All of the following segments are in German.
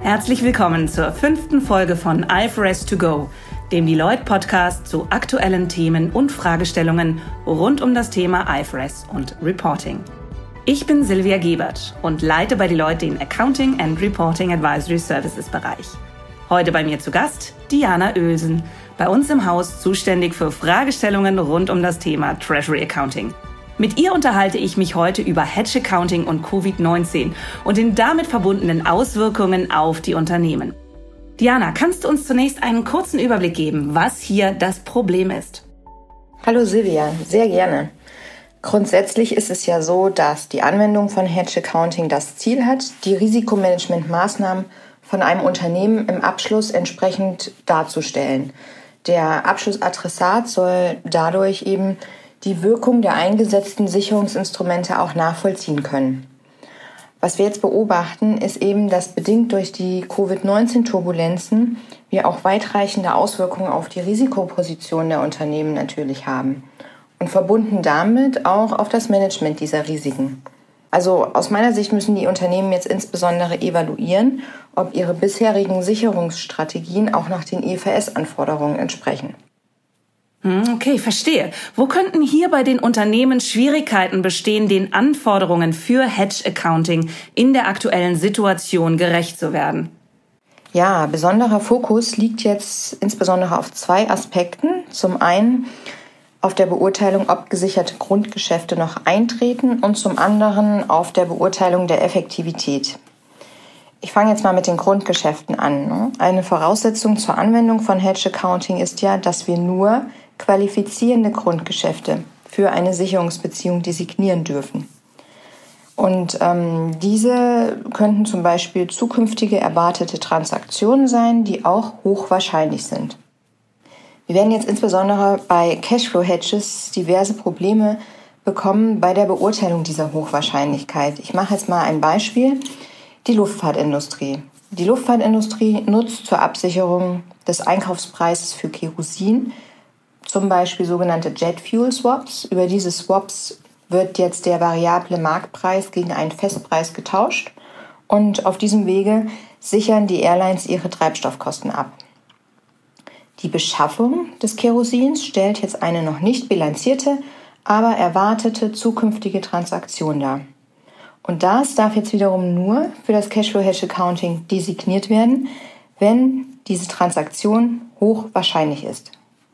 Herzlich willkommen zur 5. Folge von IFRS to go, dem Deloitte-Podcast zu aktuellen Themen und Fragestellungen rund um das Thema IFRS und Reporting. Ich bin Silvia Gebert und leite bei Deloitte den Accounting and Reporting Advisory Services Bereich. Heute bei mir zu Gast Diana Oelsen, bei uns im Haus zuständig für Fragestellungen rund um das Thema Treasury Accounting. Mit ihr unterhalte ich mich heute über Hedge Accounting und Covid-19 und den damit verbundenen Auswirkungen auf die Unternehmen. Diana, kannst du uns zunächst einen kurzen Überblick geben, was hier das Problem ist? Hallo Silvia, sehr gerne. Grundsätzlich ist es ja so, dass die Anwendung von Hedge Accounting das Ziel hat, die Risikomanagementmaßnahmen von einem Unternehmen im Abschluss entsprechend darzustellen. Der Abschlussadressat soll dadurch eben die Wirkung der eingesetzten Sicherungsinstrumente auch nachvollziehen können. Was wir jetzt beobachten, ist eben, dass bedingt durch die Covid-19-Turbulenzen wir auch weitreichende Auswirkungen auf die Risikoposition der Unternehmen natürlich haben und verbunden damit auch auf das Management dieser Risiken. Also aus meiner Sicht müssen die Unternehmen jetzt insbesondere evaluieren, ob ihre bisherigen Sicherungsstrategien auch nach den IFRS-Anforderungen entsprechen. Okay, verstehe. Wo könnten hier bei den Unternehmen Schwierigkeiten bestehen, den Anforderungen für Hedge Accounting in der aktuellen Situation gerecht zu werden? Ja, besonderer Fokus liegt jetzt insbesondere auf zwei Aspekten. Zum einen auf der Beurteilung, ob gesicherte Grundgeschäfte noch eintreten und zum anderen auf der Beurteilung der Effektivität. Ich fange jetzt mal mit den Grundgeschäften an. Eine Voraussetzung zur Anwendung von Hedge Accounting ist ja, dass wir nur qualifizierende Grundgeschäfte für eine Sicherungsbeziehung designieren dürfen. Und diese könnten zum Beispiel zukünftige erwartete Transaktionen sein, die auch hochwahrscheinlich sind. Wir werden jetzt insbesondere bei Cashflow-Hedges diverse Probleme bekommen bei der Beurteilung dieser Hochwahrscheinlichkeit. Ich mache jetzt mal ein Beispiel. Die Luftfahrtindustrie. Die Luftfahrtindustrie nutzt zur Absicherung des Einkaufspreises für Kerosin zum Beispiel sogenannte Jet Fuel Swaps. Über diese Swaps wird jetzt der variable Marktpreis gegen einen Festpreis getauscht und auf diesem Wege sichern die Airlines ihre Treibstoffkosten ab. Die Beschaffung des Kerosins stellt jetzt eine noch nicht bilanzierte, aber erwartete zukünftige Transaktion dar. Und das darf jetzt wiederum nur für das Cashflow Hedge Accounting designiert werden, wenn diese Transaktion hochwahrscheinlich ist.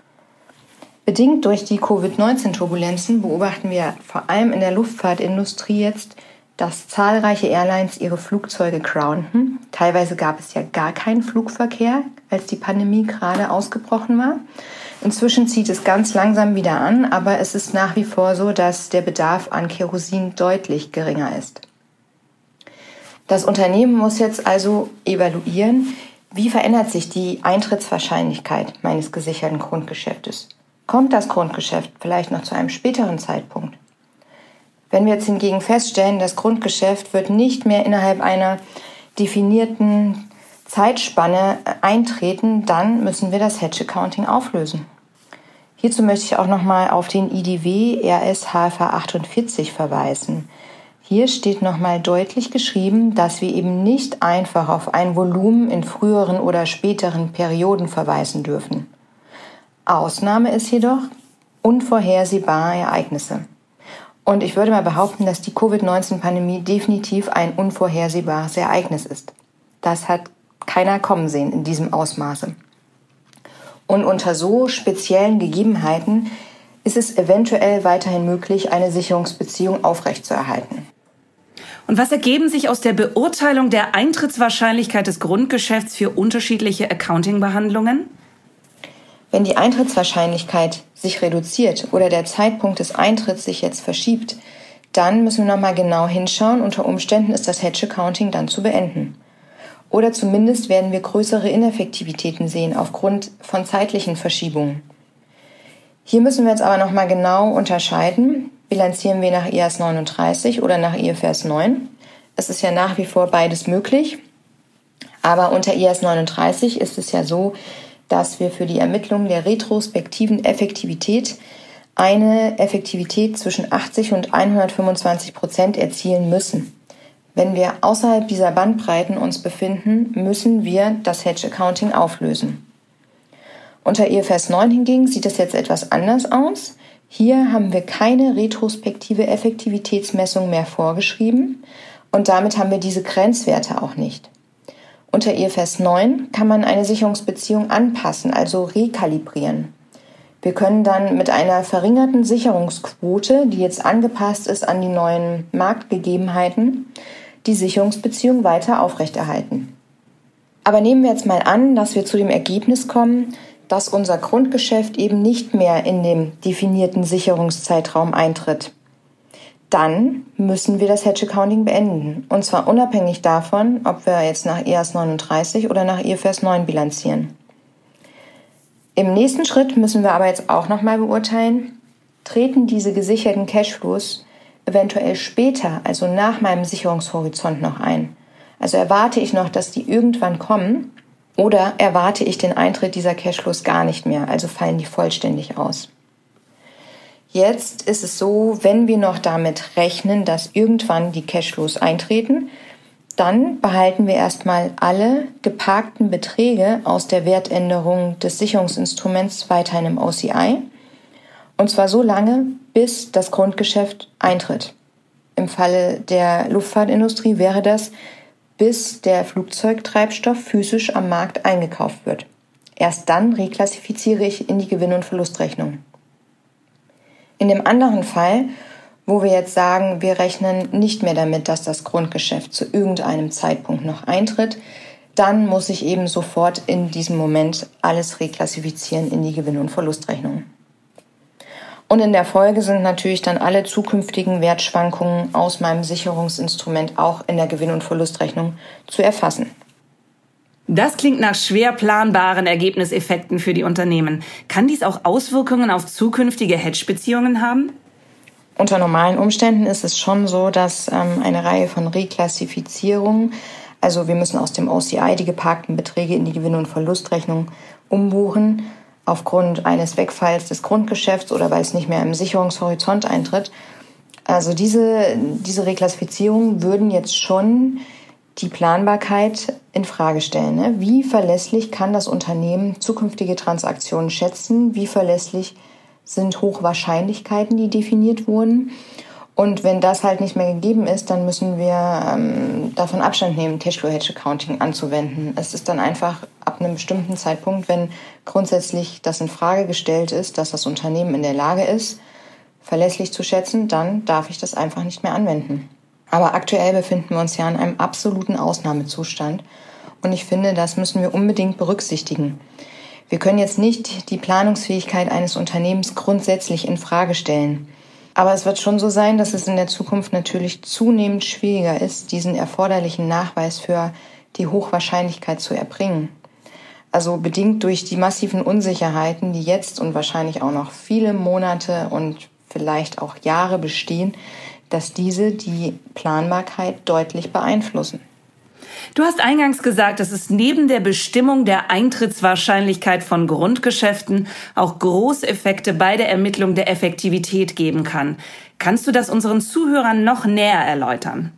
Bedingt durch die Covid-19-Turbulenzen beobachten wir vor allem in der Luftfahrtindustrie jetzt, dass zahlreiche Airlines ihre Flugzeuge grounden. Teilweise gab es ja gar keinen Flugverkehr, als die Pandemie gerade ausgebrochen war. Inzwischen zieht es ganz langsam wieder an, aber es ist nach wie vor so, dass der Bedarf an Kerosin deutlich geringer ist. Das Unternehmen muss jetzt also evaluieren, wie verändert sich die Eintrittswahrscheinlichkeit meines gesicherten Grundgeschäftes. Kommt das Grundgeschäft vielleicht noch zu einem späteren Zeitpunkt? Wenn wir jetzt hingegen feststellen, das Grundgeschäft wird nicht mehr innerhalb einer definierten Zeitspanne eintreten, dann müssen wir das Hedge Accounting auflösen. Hierzu möchte ich auch nochmal auf den IDW RS HFA 48 verweisen. Hier steht nochmal deutlich geschrieben, dass wir eben nicht einfach auf ein Volumen in früheren oder späteren Perioden verweisen dürfen. Ausnahme ist jedoch unvorhersehbare Ereignisse. Und ich würde mal behaupten, dass die Covid-19-Pandemie definitiv ein unvorhersehbares Ereignis ist. Das hat keiner kommen sehen in diesem Ausmaße. Und unter so speziellen Gegebenheiten ist es eventuell weiterhin möglich, eine Sicherungsbeziehung aufrechtzuerhalten. Und was ergeben sich aus der Beurteilung der Eintrittswahrscheinlichkeit des Grundgeschäfts für unterschiedliche Accounting-Behandlungen? Wenn die Eintrittswahrscheinlichkeit sich reduziert oder der Zeitpunkt des Eintritts sich jetzt verschiebt, dann müssen wir nochmal genau hinschauen. Unter Umständen ist das Hedge Accounting dann zu beenden. Oder zumindest werden wir größere Ineffektivitäten sehen aufgrund von zeitlichen Verschiebungen. Hier müssen wir jetzt aber nochmal genau unterscheiden. Bilanzieren wir nach IAS 39 oder nach IFRS 9? Es ist ja nach wie vor beides möglich. Aber unter IAS 39 ist es ja so, dass wir für die Ermittlung der retrospektiven Effektivität eine Effektivität zwischen 80 und 125% erzielen müssen. Wenn wir außerhalb dieser Bandbreiten uns befinden, müssen wir das Hedge Accounting auflösen. Unter IFRS 9 hingegen sieht es jetzt etwas anders aus. Hier haben wir keine retrospektive Effektivitätsmessung mehr vorgeschrieben und damit haben wir diese Grenzwerte auch nicht. Unter IFRS 9 kann man eine Sicherungsbeziehung anpassen, also rekalibrieren. Wir können dann mit einer verringerten Sicherungsquote, die jetzt angepasst ist an die neuen Marktgegebenheiten, die Sicherungsbeziehung weiter aufrechterhalten. Aber nehmen wir jetzt mal an, dass wir zu dem Ergebnis kommen, dass unser Grundgeschäft eben nicht mehr in dem definierten Sicherungszeitraum eintritt. Dann müssen wir das Hedge Accounting beenden. Und zwar unabhängig davon, ob wir jetzt nach IAS 39 oder nach IFRS 9 bilanzieren. Im nächsten Schritt müssen wir aber jetzt auch nochmal beurteilen, treten diese gesicherten Cashflows eventuell später, also nach meinem Sicherungshorizont noch ein. Also erwarte ich noch, dass die irgendwann kommen, oder erwarte ich den Eintritt dieser Cashflows gar nicht mehr, also fallen die vollständig aus. Jetzt ist es so, wenn wir noch damit rechnen, dass irgendwann die Cashflows eintreten, dann behalten wir erstmal alle geparkten Beträge aus der Wertänderung des Sicherungsinstruments weiterhin im OCI. Und zwar so lange, bis das Grundgeschäft eintritt. Im Falle der Luftfahrtindustrie wäre das, bis der Flugzeugtreibstoff physisch am Markt eingekauft wird. Erst dann reklassifiziere ich in die Gewinn- und Verlustrechnung. In dem anderen Fall, wo wir jetzt sagen, wir rechnen nicht mehr damit, dass das Grundgeschäft zu irgendeinem Zeitpunkt noch eintritt, dann muss ich eben sofort in diesem Moment alles reklassifizieren in die Gewinn- und Verlustrechnung. Und in der Folge sind natürlich dann alle zukünftigen Wertschwankungen aus meinem Sicherungsinstrument auch in der Gewinn- und Verlustrechnung zu erfassen. Das klingt nach schwer planbaren Ergebniseffekten für die Unternehmen. Kann dies auch Auswirkungen auf zukünftige Hedge-Beziehungen haben? Unter normalen Umständen ist es schon so, dass eine Reihe von Reklassifizierungen, also wir müssen aus dem OCI die geparkten Beträge in die Gewinn- und Verlustrechnung umbuchen, aufgrund eines Wegfalls des Grundgeschäfts oder weil es nicht mehr im Sicherungshorizont eintritt. Also diese Reklassifizierungen würden jetzt schon die Planbarkeit in Frage stellen. Ne? Wie verlässlich kann das Unternehmen zukünftige Transaktionen schätzen? Wie verlässlich sind Hochwahrscheinlichkeiten, die definiert wurden? Und wenn das halt nicht mehr gegeben ist, dann müssen wir davon Abstand nehmen, Cashflow Hedge Accounting anzuwenden. Es ist dann einfach ab einem bestimmten Zeitpunkt, wenn grundsätzlich das in Frage gestellt ist, dass das Unternehmen in der Lage ist, verlässlich zu schätzen, dann darf ich das einfach nicht mehr anwenden. Aber aktuell befinden wir uns ja in einem absoluten Ausnahmezustand. Und ich finde, das müssen wir unbedingt berücksichtigen. Wir können jetzt nicht die Planungsfähigkeit eines Unternehmens grundsätzlich in Frage stellen. Aber es wird schon so sein, dass es in der Zukunft natürlich zunehmend schwieriger ist, diesen erforderlichen Nachweis für die Hochwahrscheinlichkeit zu erbringen. Also bedingt durch die massiven Unsicherheiten, die jetzt und wahrscheinlich auch noch viele Monate und vielleicht auch Jahre bestehen, dass diese die Planbarkeit deutlich beeinflussen. Du hast eingangs gesagt, dass es neben der Bestimmung der Eintrittswahrscheinlichkeit von Grundgeschäften auch Großeffekte bei der Ermittlung der Effektivität geben kann. Kannst du das unseren Zuhörern noch näher erläutern?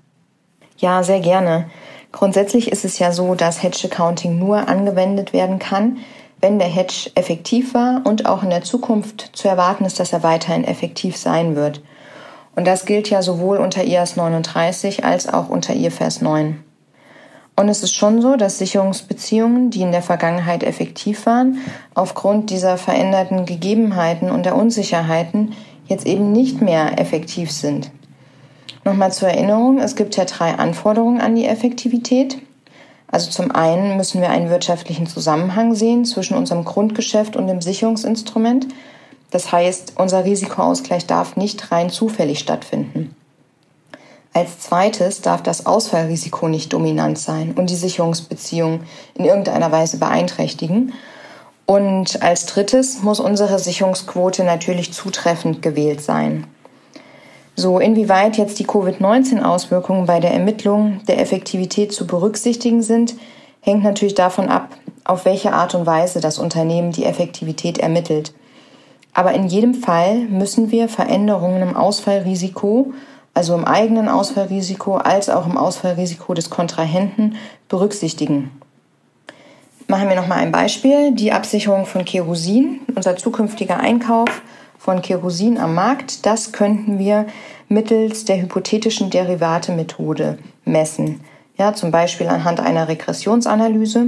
Ja, sehr gerne. Grundsätzlich ist es ja so, dass Hedge Accounting nur angewendet werden kann, wenn der Hedge effektiv war und auch in der Zukunft zu erwarten ist, dass er weiterhin effektiv sein wird. Und das gilt ja sowohl unter IAS 39 als auch unter IFRS 9. Und es ist schon so, dass Sicherungsbeziehungen, die in der Vergangenheit effektiv waren, aufgrund dieser veränderten Gegebenheiten und der Unsicherheiten jetzt eben nicht mehr effektiv sind. Nochmal zur Erinnerung, es gibt ja 3 Anforderungen an die Effektivität. Also zum einen müssen wir einen wirtschaftlichen Zusammenhang sehen zwischen unserem Grundgeschäft und dem Sicherungsinstrument. Das heißt, unser Risikoausgleich darf nicht rein zufällig stattfinden. Als zweites darf das Ausfallrisiko nicht dominant sein und die Sicherungsbeziehung in irgendeiner Weise beeinträchtigen. Und als drittes muss unsere Sicherungsquote natürlich zutreffend gewählt sein. So, inwieweit jetzt die Covid-19-Auswirkungen bei der Ermittlung der Effektivität zu berücksichtigen sind, hängt natürlich davon ab, auf welche Art und Weise das Unternehmen die Effektivität ermittelt. Aber in jedem Fall müssen wir Veränderungen im Ausfallrisiko also im eigenen Ausfallrisiko als auch im Ausfallrisiko des Kontrahenten, berücksichtigen. Machen wir nochmal ein Beispiel. Die Absicherung von Kerosin, unser zukünftiger Einkauf von Kerosin am Markt, das könnten wir mittels der hypothetischen Derivate-Methode messen. Ja, zum Beispiel anhand einer Regressionsanalyse.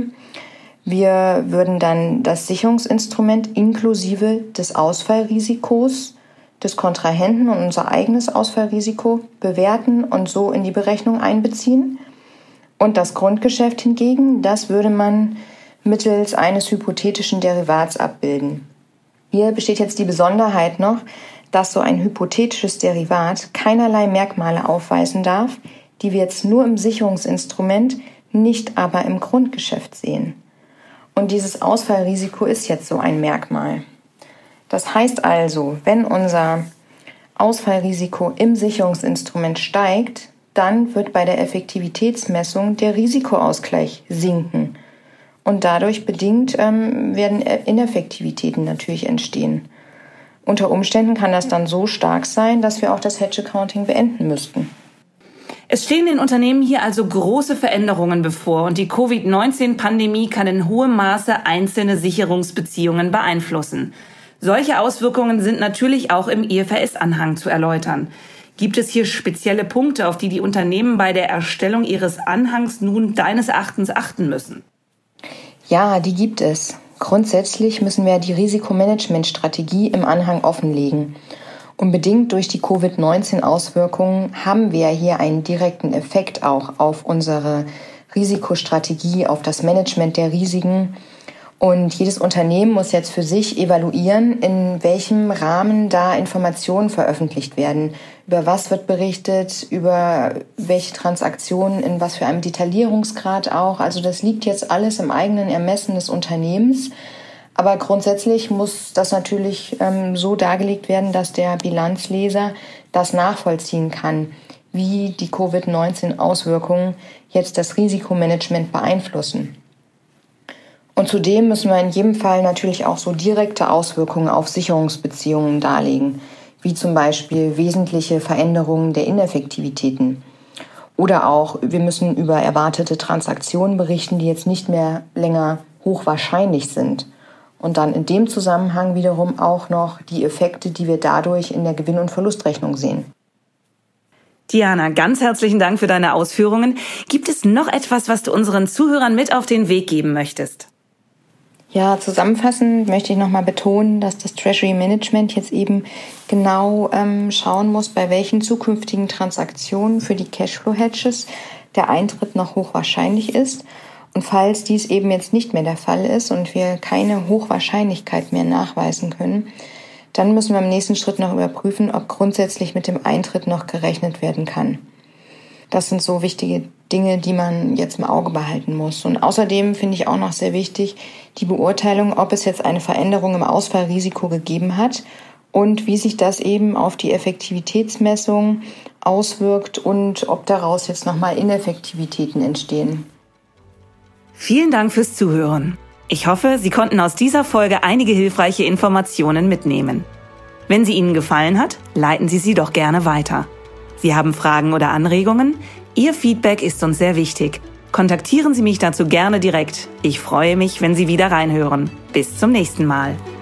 Wir würden dann das Sicherungsinstrument inklusive des Ausfallrisikos des Kontrahenten und unser eigenes Ausfallrisiko bewerten und so in die Berechnung einbeziehen. Und das Grundgeschäft hingegen, das würde man mittels eines hypothetischen Derivats abbilden. Hier besteht jetzt die Besonderheit noch, dass so ein hypothetisches Derivat keinerlei Merkmale aufweisen darf, die wir jetzt nur im Sicherungsinstrument, nicht aber im Grundgeschäft sehen. Und dieses Ausfallrisiko ist jetzt so ein Merkmal. Das heißt also, wenn unser Ausfallrisiko im Sicherungsinstrument steigt, dann wird bei der Effektivitätsmessung der Risikoausgleich sinken. Und dadurch bedingt werden Ineffektivitäten natürlich entstehen. Unter Umständen kann das dann so stark sein, dass wir auch das Hedge-Accounting beenden müssten. Es stehen den Unternehmen hier also große Veränderungen bevor und die Covid-19-Pandemie kann in hohem Maße einzelne Sicherungsbeziehungen beeinflussen. Solche Auswirkungen sind natürlich auch im IFRS-Anhang zu erläutern. Gibt es hier spezielle Punkte, auf die die Unternehmen bei der Erstellung ihres Anhangs nun deines Erachtens achten müssen? Ja, die gibt es. Grundsätzlich müssen wir die Risikomanagementstrategie im Anhang offenlegen. Und bedingt durch die Covid-19-Auswirkungen haben wir hier einen direkten Effekt auch auf unsere Risikostrategie, auf das Management der Risiken. Und jedes Unternehmen muss jetzt für sich evaluieren, in welchem Rahmen da Informationen veröffentlicht werden. Über was wird berichtet, über welche Transaktionen, in was für einem Detaillierungsgrad auch. Also das liegt jetzt alles im eigenen Ermessen des Unternehmens. Aber grundsätzlich muss das natürlich so dargelegt werden, dass der Bilanzleser das nachvollziehen kann, wie die Covid-19-Auswirkungen jetzt das Risikomanagement beeinflussen. Und zudem müssen wir in jedem Fall natürlich auch so direkte Auswirkungen auf Sicherungsbeziehungen darlegen, wie zum Beispiel wesentliche Veränderungen der Ineffektivitäten. Oder auch, wir müssen über erwartete Transaktionen berichten, die jetzt nicht mehr länger hochwahrscheinlich sind. Und dann in dem Zusammenhang wiederum auch noch die Effekte, die wir dadurch in der Gewinn- und Verlustrechnung sehen. Diana, ganz herzlichen Dank für deine Ausführungen. Gibt es noch etwas, was du unseren Zuhörern mit auf den Weg geben möchtest? Ja, zusammenfassend möchte ich nochmal betonen, dass das Treasury Management jetzt eben genau schauen muss, bei welchen zukünftigen Transaktionen für die Cashflow-Hedges der Eintritt noch hochwahrscheinlich ist. Und falls dies eben jetzt nicht mehr der Fall ist und wir keine Hochwahrscheinlichkeit mehr nachweisen können, dann müssen wir im nächsten Schritt noch überprüfen, ob grundsätzlich mit dem Eintritt noch gerechnet werden kann. Das sind so wichtige Dinge, die man jetzt im Auge behalten muss. Und außerdem finde ich auch noch sehr wichtig die Beurteilung, ob es jetzt eine Veränderung im Ausfallrisiko gegeben hat und wie sich das eben auf die Effektivitätsmessung auswirkt und ob daraus jetzt nochmal Ineffektivitäten entstehen. Vielen Dank fürs Zuhören. Ich hoffe, Sie konnten aus dieser Folge einige hilfreiche Informationen mitnehmen. Wenn sie Ihnen gefallen hat, leiten Sie sie doch gerne weiter. Sie haben Fragen oder Anregungen? Ihr Feedback ist uns sehr wichtig. Kontaktieren Sie mich dazu gerne direkt. Ich freue mich, wenn Sie wieder reinhören. Bis zum nächsten Mal.